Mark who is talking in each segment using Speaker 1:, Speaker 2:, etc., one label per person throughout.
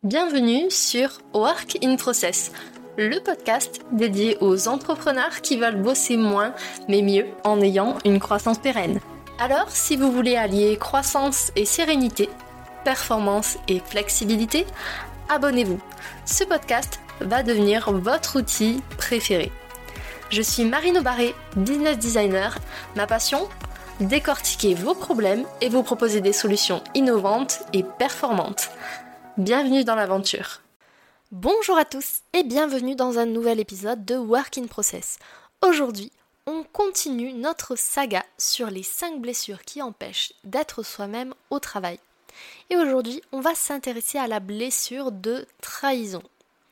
Speaker 1: Bienvenue sur Work in Process, le podcast dédié aux entrepreneurs qui veulent bosser moins mais mieux en ayant une croissance pérenne. Alors, si vous voulez allier croissance et sérénité, performance et flexibilité, abonnez-vous. Ce podcast va devenir votre outil préféré. Je suis Marine Aubaré, business designer. Ma passion ? Décortiquer vos problèmes et vous proposer des solutions innovantes et performantes. Bienvenue dans l'aventure. Bonjour à tous et bienvenue dans un nouvel épisode de Work in Process. Aujourd'hui, on continue notre saga sur les 5 blessures qui empêchent d'être soi-même au travail. Et aujourd'hui, on va s'intéresser à la blessure de trahison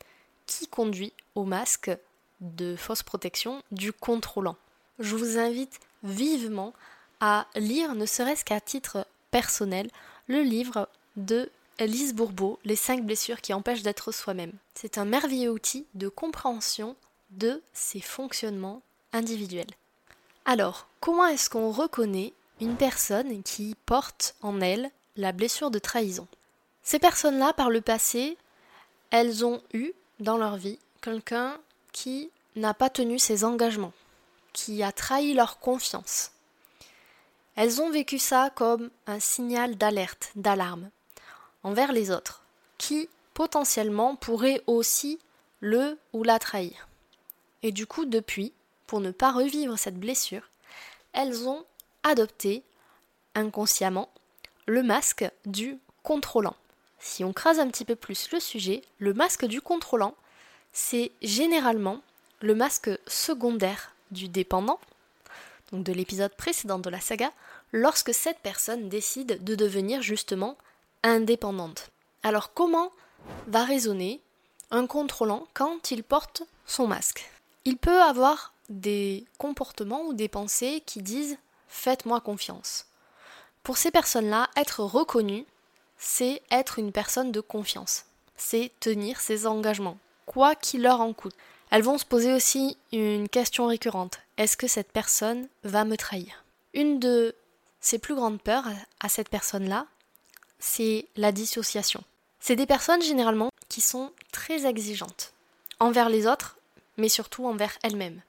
Speaker 1: qui conduit au masque de fausse protection du contrôlant. Je vous invite vivement à lire, ne serait-ce qu'à titre personnel, le livre de Lise Bourbeau, Les 5 blessures qui empêchent d'être soi-même. C'est un merveilleux outil de compréhension de ses fonctionnements individuels. Alors, comment est-ce qu'on reconnaît une personne qui porte en elle la blessure de trahison ? Ces personnes-là, par le passé, elles ont eu dans leur vie quelqu'un qui n'a pas tenu ses engagements, qui a trahi leur confiance. Elles ont vécu ça comme un signal d'alerte, d'alarme envers les autres, qui potentiellement pourraient aussi le ou la trahir. Et du coup, depuis, pour ne pas revivre cette blessure, elles ont adopté inconsciemment le masque du contrôlant. Si on crase un petit peu plus le sujet, le masque du contrôlant, c'est généralement le masque secondaire du dépendant, donc de l'épisode précédent de la saga, lorsque cette personne décide de devenir justement indépendante. Alors comment va raisonner un contrôlant quand il porte son masque ? Il peut avoir des comportements ou des pensées qui disent « faites-moi confiance ». Pour ces personnes-là, être reconnu, c'est être une personne de confiance. C'est tenir ses engagements, quoi qu'il leur en coûte. Elles vont se poser aussi une question récurrente. Est-ce que cette personne va me trahir ? Une de ses plus grandes peurs à cette personne-là, c'est la dissociation. C'est des personnes généralement qui sont très exigeantes envers les autres, mais surtout envers elles-mêmes.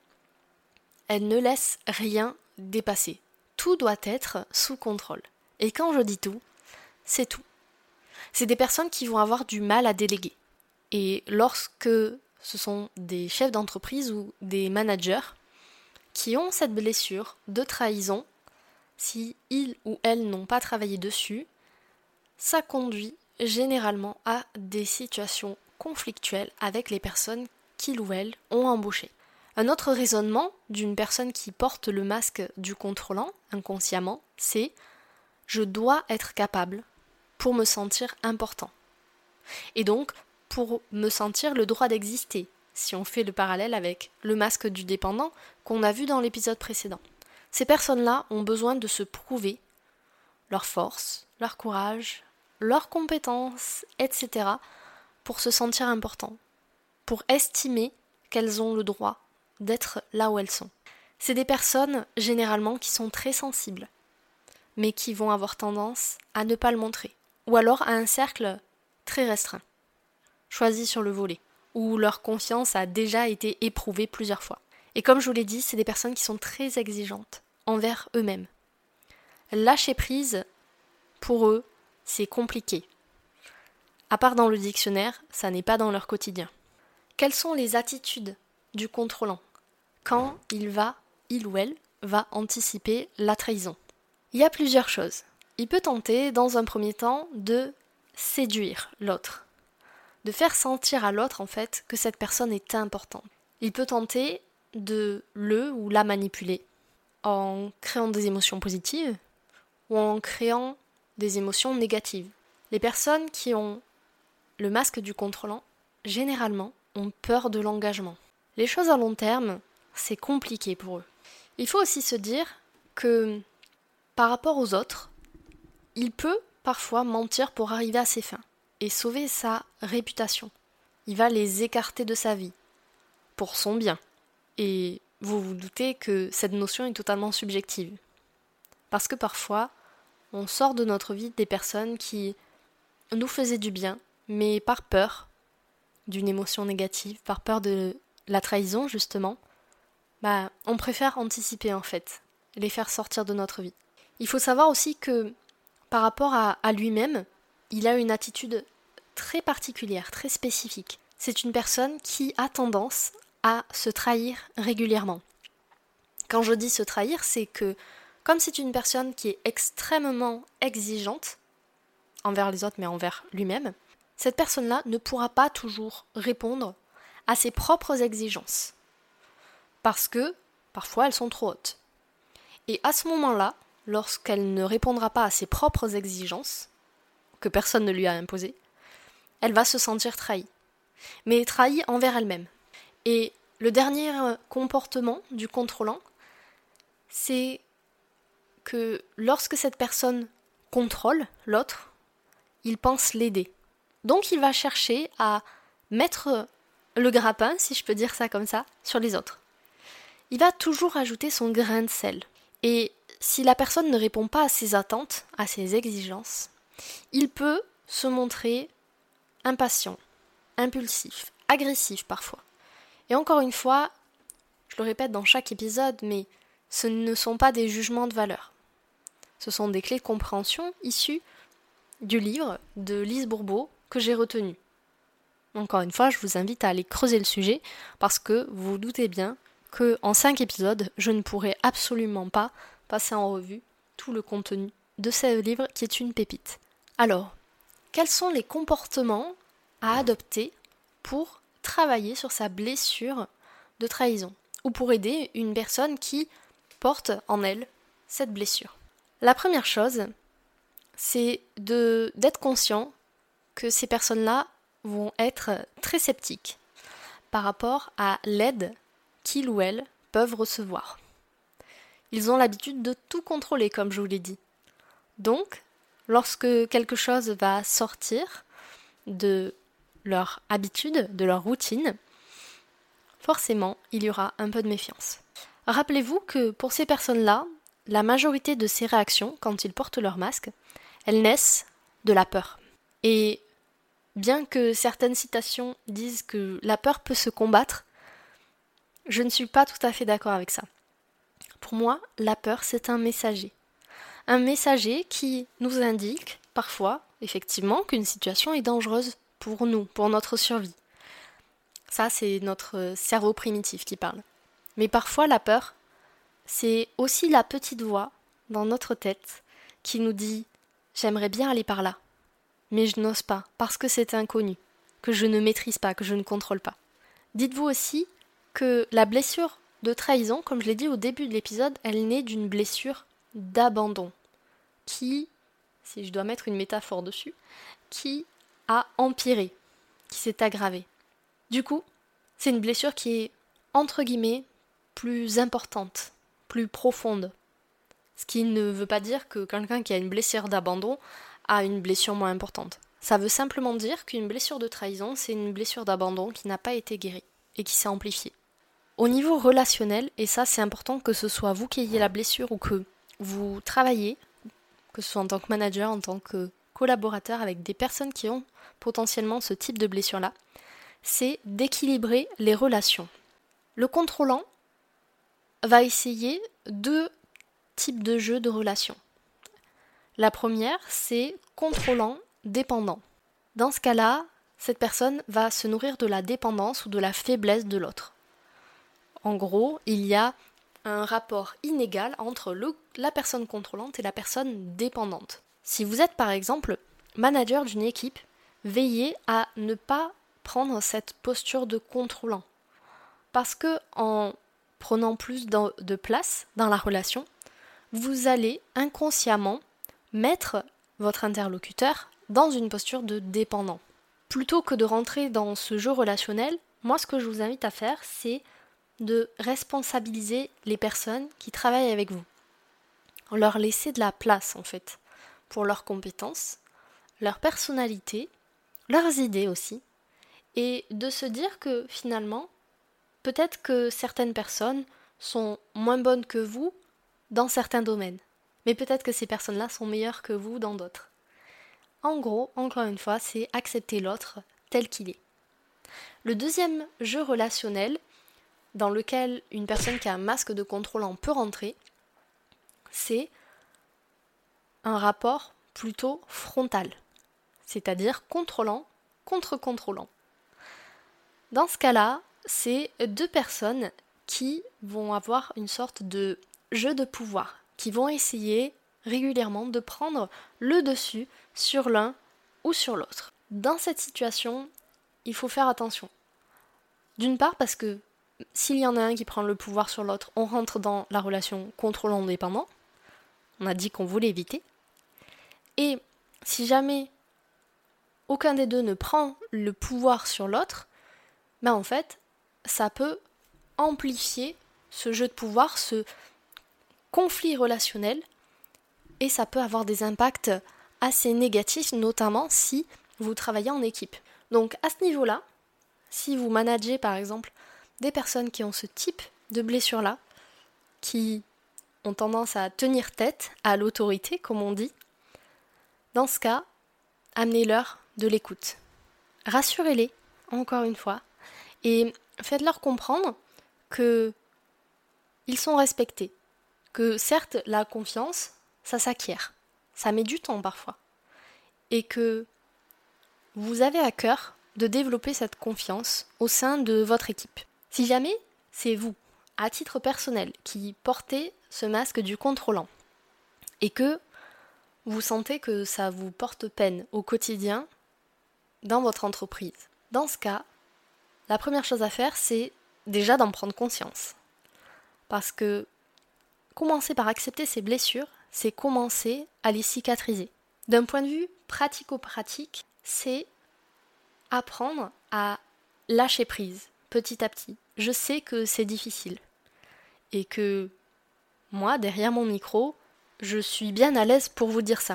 Speaker 1: Elles ne laissent rien dépasser. Tout doit être sous contrôle. Et quand je dis tout, c'est tout. C'est des personnes qui vont avoir du mal à déléguer. Et lorsque ce sont des chefs d'entreprise ou des managers qui ont cette blessure de trahison, si ils ou elles n'ont pas travaillé dessus, ça conduit généralement à des situations conflictuelles avec les personnes qu'ils ou elles ont embauchées. Un autre raisonnement d'une personne qui porte le masque du contrôlant inconsciemment, c'est « je dois être capable pour me sentir important ». Et donc, pour me sentir le droit d'exister, si on fait le parallèle avec le masque du dépendant qu'on a vu dans l'épisode précédent. Ces personnes-là ont besoin de se prouver leur force, leur courage, leurs compétences, etc. pour se sentir important, pour estimer qu'elles ont le droit d'être là où elles sont. C'est des personnes généralement qui sont très sensibles, mais qui vont avoir tendance à ne pas le montrer, ou alors à un cercle très restreint, choisi sur le volet, où leur confiance a déjà été éprouvée plusieurs fois. Et comme je vous l'ai dit, c'est des personnes qui sont très exigeantes envers eux-mêmes. Lâcher prise, pour eux, c'est compliqué. À part dans le dictionnaire, ça n'est pas dans leur quotidien. Quelles sont les attitudes du contrôlant quand il ou elle, va anticiper la trahison ? Il y a plusieurs choses. Il peut tenter, dans un premier temps, de séduire l'autre, de faire sentir à l'autre, en fait, que cette personne est importante. Il peut tenter de le ou la manipuler en créant des émotions positives ou en créant des émotions négatives. Les personnes qui ont le masque du contrôlant, généralement, ont peur de l'engagement. Les choses à long terme, c'est compliqué pour eux. Il faut aussi se dire que, par rapport aux autres, il peut parfois mentir pour arriver à ses fins et sauver sa réputation. Il va les écarter de sa vie, pour son bien. Et vous vous doutez que cette notion est totalement subjective. Parce que parfois, on sort de notre vie des personnes qui nous faisaient du bien, mais par peur d'une émotion négative, par peur de la trahison justement, on préfère anticiper en fait, les faire sortir de notre vie. Il faut savoir aussi que par rapport à lui-même, il a une attitude très particulière, très spécifique. C'est une personne qui a tendance à se trahir régulièrement. Quand je dis se trahir, c'est que comme c'est une personne qui est extrêmement exigeante envers les autres, mais envers lui-même, cette personne-là ne pourra pas toujours répondre à ses propres exigences. Parce que, parfois, elles sont trop hautes. Et à ce moment-là, lorsqu'elle ne répondra pas à ses propres exigences, que personne ne lui a imposées, elle va se sentir trahie. Mais trahie envers elle-même. Et le dernier comportement du contrôlant, c'est que lorsque cette personne contrôle l'autre, il pense l'aider. Donc il va chercher à mettre le grappin, si je peux dire ça comme ça, sur les autres. Il va toujours ajouter son grain de sel. Et si la personne ne répond pas à ses attentes, à ses exigences, il peut se montrer impatient, impulsif, agressif parfois. Et encore une fois, je le répète dans chaque épisode, mais ce ne sont pas des jugements de valeur. Ce sont des clés de compréhension issues du livre de Lise Bourbeau que j'ai retenu. Encore une fois, je vous invite à aller creuser le sujet parce que vous vous doutez bien qu'en 5 épisodes, je ne pourrai absolument pas passer en revue tout le contenu de ce livre qui est une pépite. Alors, quels sont les comportements à adopter pour travailler sur sa blessure de trahison ou pour aider une personne qui porte en elle cette blessure? La première chose, c'est d'être conscient que ces personnes-là vont être très sceptiques par rapport à l'aide qu'ils ou elles peuvent recevoir. Ils ont l'habitude de tout contrôler, comme je vous l'ai dit. Donc, lorsque quelque chose va sortir de leur habitude, de leur routine, forcément, il y aura un peu de méfiance. Rappelez-vous que pour ces personnes-là, la majorité de ces réactions, quand ils portent leur masque, elles naissent de la peur. Et bien que certaines citations disent que la peur peut se combattre, je ne suis pas tout à fait d'accord avec ça. Pour moi, la peur, c'est un messager. Un messager qui nous indique parfois, effectivement, qu'une situation est dangereuse pour nous, pour notre survie. Ça, c'est notre cerveau primitif qui parle. Mais parfois, la peur, c'est aussi la petite voix dans notre tête qui nous dit « j'aimerais bien aller par là, mais je n'ose pas parce que c'est inconnu, que je ne maîtrise pas, que je ne contrôle pas ». Dites-vous aussi que la blessure de trahison, comme je l'ai dit au début de l'épisode, elle naît d'une blessure d'abandon qui, si je dois mettre une métaphore dessus, qui a empiré, qui s'est aggravée. Du coup, c'est une blessure qui est, entre guillemets, plus importante, plus profonde. Ce qui ne veut pas dire que quelqu'un qui a une blessure d'abandon a une blessure moins importante. Ça veut simplement dire qu'une blessure de trahison, c'est une blessure d'abandon qui n'a pas été guérie et qui s'est amplifiée. Au niveau relationnel, et ça c'est important que ce soit vous qui ayez la blessure ou que vous travaillez, que ce soit en tant que manager, en tant que collaborateur avec des personnes qui ont potentiellement ce type de blessure-là, c'est d'équilibrer les relations. Le contrôlant va essayer 2 types de jeux de relations. La première, c'est contrôlant-dépendant. Dans ce cas-là, cette personne va se nourrir de la dépendance ou de la faiblesse de l'autre. En gros, il y a un rapport inégal entre la personne contrôlante et la personne dépendante. Si vous êtes par exemple manager d'une équipe, veillez à ne pas prendre cette posture de contrôlant. Parce que en prenant plus de place dans la relation, vous allez inconsciemment mettre votre interlocuteur dans une posture de dépendant. Plutôt que de rentrer dans ce jeu relationnel, moi ce que je vous invite à faire, c'est de responsabiliser les personnes qui travaillent avec vous. Leur laisser de la place en fait, pour leurs compétences, leur personnalité, leurs idées aussi, et de se dire que finalement, peut-être que certaines personnes sont moins bonnes que vous dans certains domaines, mais peut-être que ces personnes-là sont meilleures que vous dans d'autres. En gros, encore une fois, c'est accepter l'autre tel qu'il est. Le deuxième jeu relationnel dans lequel une personne qui a un masque de contrôlant peut rentrer, c'est un rapport plutôt frontal, c'est-à-dire contrôlant contre contrôlant. Dans ce cas-là, c'est deux personnes qui vont avoir une sorte de jeu de pouvoir, qui vont essayer régulièrement de prendre le dessus sur l'un ou sur l'autre. Dans cette situation, il faut faire attention. D'une part parce que s'il y en a un qui prend le pouvoir sur l'autre, on rentre dans la relation contrôlant-dépendant. On a dit qu'on voulait éviter. Et si jamais aucun des deux ne prend le pouvoir sur l'autre, ben en fait, ça peut amplifier ce jeu de pouvoir, ce conflit relationnel, et ça peut avoir des impacts assez négatifs, notamment si vous travaillez en équipe. Donc à ce niveau-là, si vous managez par exemple des personnes qui ont ce type de blessure-là, qui ont tendance à tenir tête à l'autorité, comme on dit, dans ce cas, amenez-leur de l'écoute. Rassurez-les, encore une fois, et faites-leur comprendre qu'ils sont respectés, que certes, la confiance, ça s'acquiert, ça met du temps parfois, et que vous avez à cœur de développer cette confiance au sein de votre équipe. Si jamais c'est vous, à titre personnel, qui portez ce masque du contrôlant, et que vous sentez que ça vous porte peine au quotidien dans votre entreprise, dans ce cas, la première chose à faire, c'est déjà d'en prendre conscience. Parce que commencer par accepter ses blessures, c'est commencer à les cicatriser. D'un point de vue pratico-pratique, c'est apprendre à lâcher prise petit à petit. Je sais que c'est difficile et que moi, derrière mon micro, je suis bien à l'aise pour vous dire ça.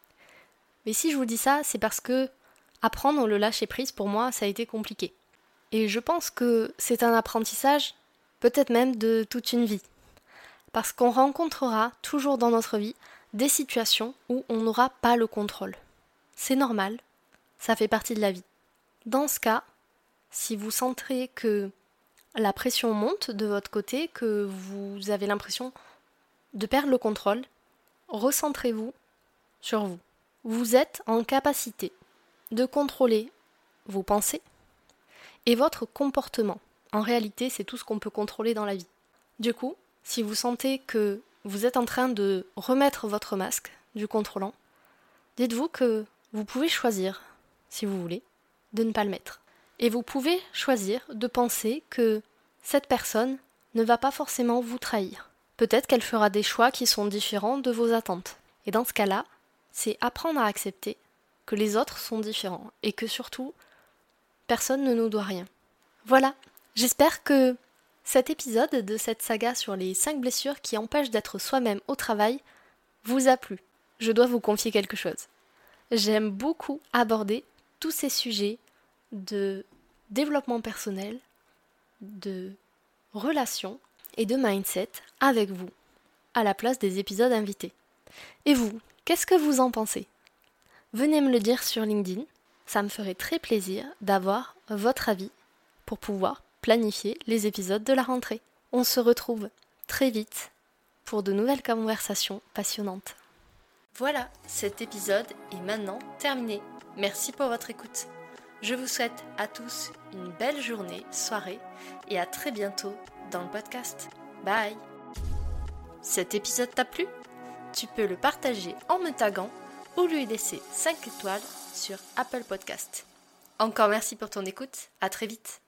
Speaker 1: Mais si je vous dis ça, c'est parce que apprendre le lâcher prise, pour moi, ça a été compliqué. Et je pense que c'est un apprentissage, peut-être même de toute une vie. Parce qu'on rencontrera toujours dans notre vie des situations où on n'aura pas le contrôle. C'est normal, ça fait partie de la vie. Dans ce cas, si vous sentez que la pression monte de votre côté, que vous avez l'impression de perdre le contrôle, recentrez-vous sur vous. Vous êtes en capacité de contrôler vos pensées et votre comportement. En réalité, c'est tout ce qu'on peut contrôler dans la vie. Du coup, si vous sentez que vous êtes en train de remettre votre masque du contrôlant, dites-vous que vous pouvez choisir, si vous voulez, de ne pas le mettre. Et vous pouvez choisir de penser que cette personne ne va pas forcément vous trahir. Peut-être qu'elle fera des choix qui sont différents de vos attentes. Et dans ce cas-là, c'est apprendre à accepter que les autres sont différents et que surtout, personne ne nous doit rien. Voilà, j'espère que cet épisode de cette saga sur les 5 blessures qui empêchent d'être soi-même au travail vous a plu. Je dois vous confier quelque chose. J'aime beaucoup aborder tous ces sujets de développement personnel, de relations et de mindset avec vous, à la place des épisodes invités. Et vous, qu'est-ce que vous en pensez ? Venez me le dire sur LinkedIn, ça me ferait très plaisir d'avoir votre avis pour pouvoir planifier les épisodes de la rentrée. On se retrouve très vite pour de nouvelles conversations passionnantes. Voilà, cet épisode est maintenant terminé. Merci pour votre écoute. Je vous souhaite à tous une belle journée, soirée et à très bientôt dans le podcast. Bye! Cet épisode t'a plu ? Tu peux le partager en me taguant ou lui laisser 5 étoiles sur Apple Podcast. Encore merci pour ton écoute, à très vite!